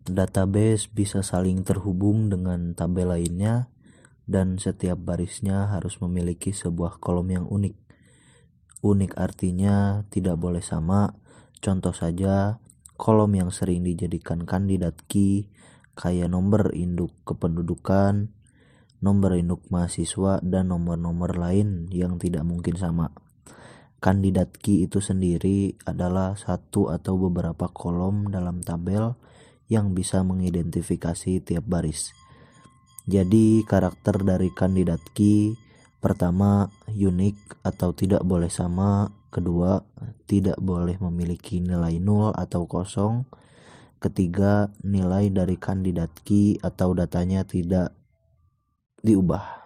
Database bisa saling terhubung dengan tabel lainnya dan setiap barisnya harus memiliki sebuah kolom yang unik. Unik artinya tidak boleh sama. Contoh saja, kolom yang sering dijadikan kandidat key kayak nomor induk kependudukan, nomor induk mahasiswa, dan nomor-nomor lain yang tidak mungkin sama. Kandidat key itu sendiri adalah satu atau beberapa kolom dalam tabel yang bisa mengidentifikasi tiap baris. Jadi karakter dari kandidat key: pertama, unik atau tidak boleh sama. Kedua, tidak boleh memiliki nilai 0 atau kosong. Ketiga, nilai dari kandidat key atau datanya tidak diubah.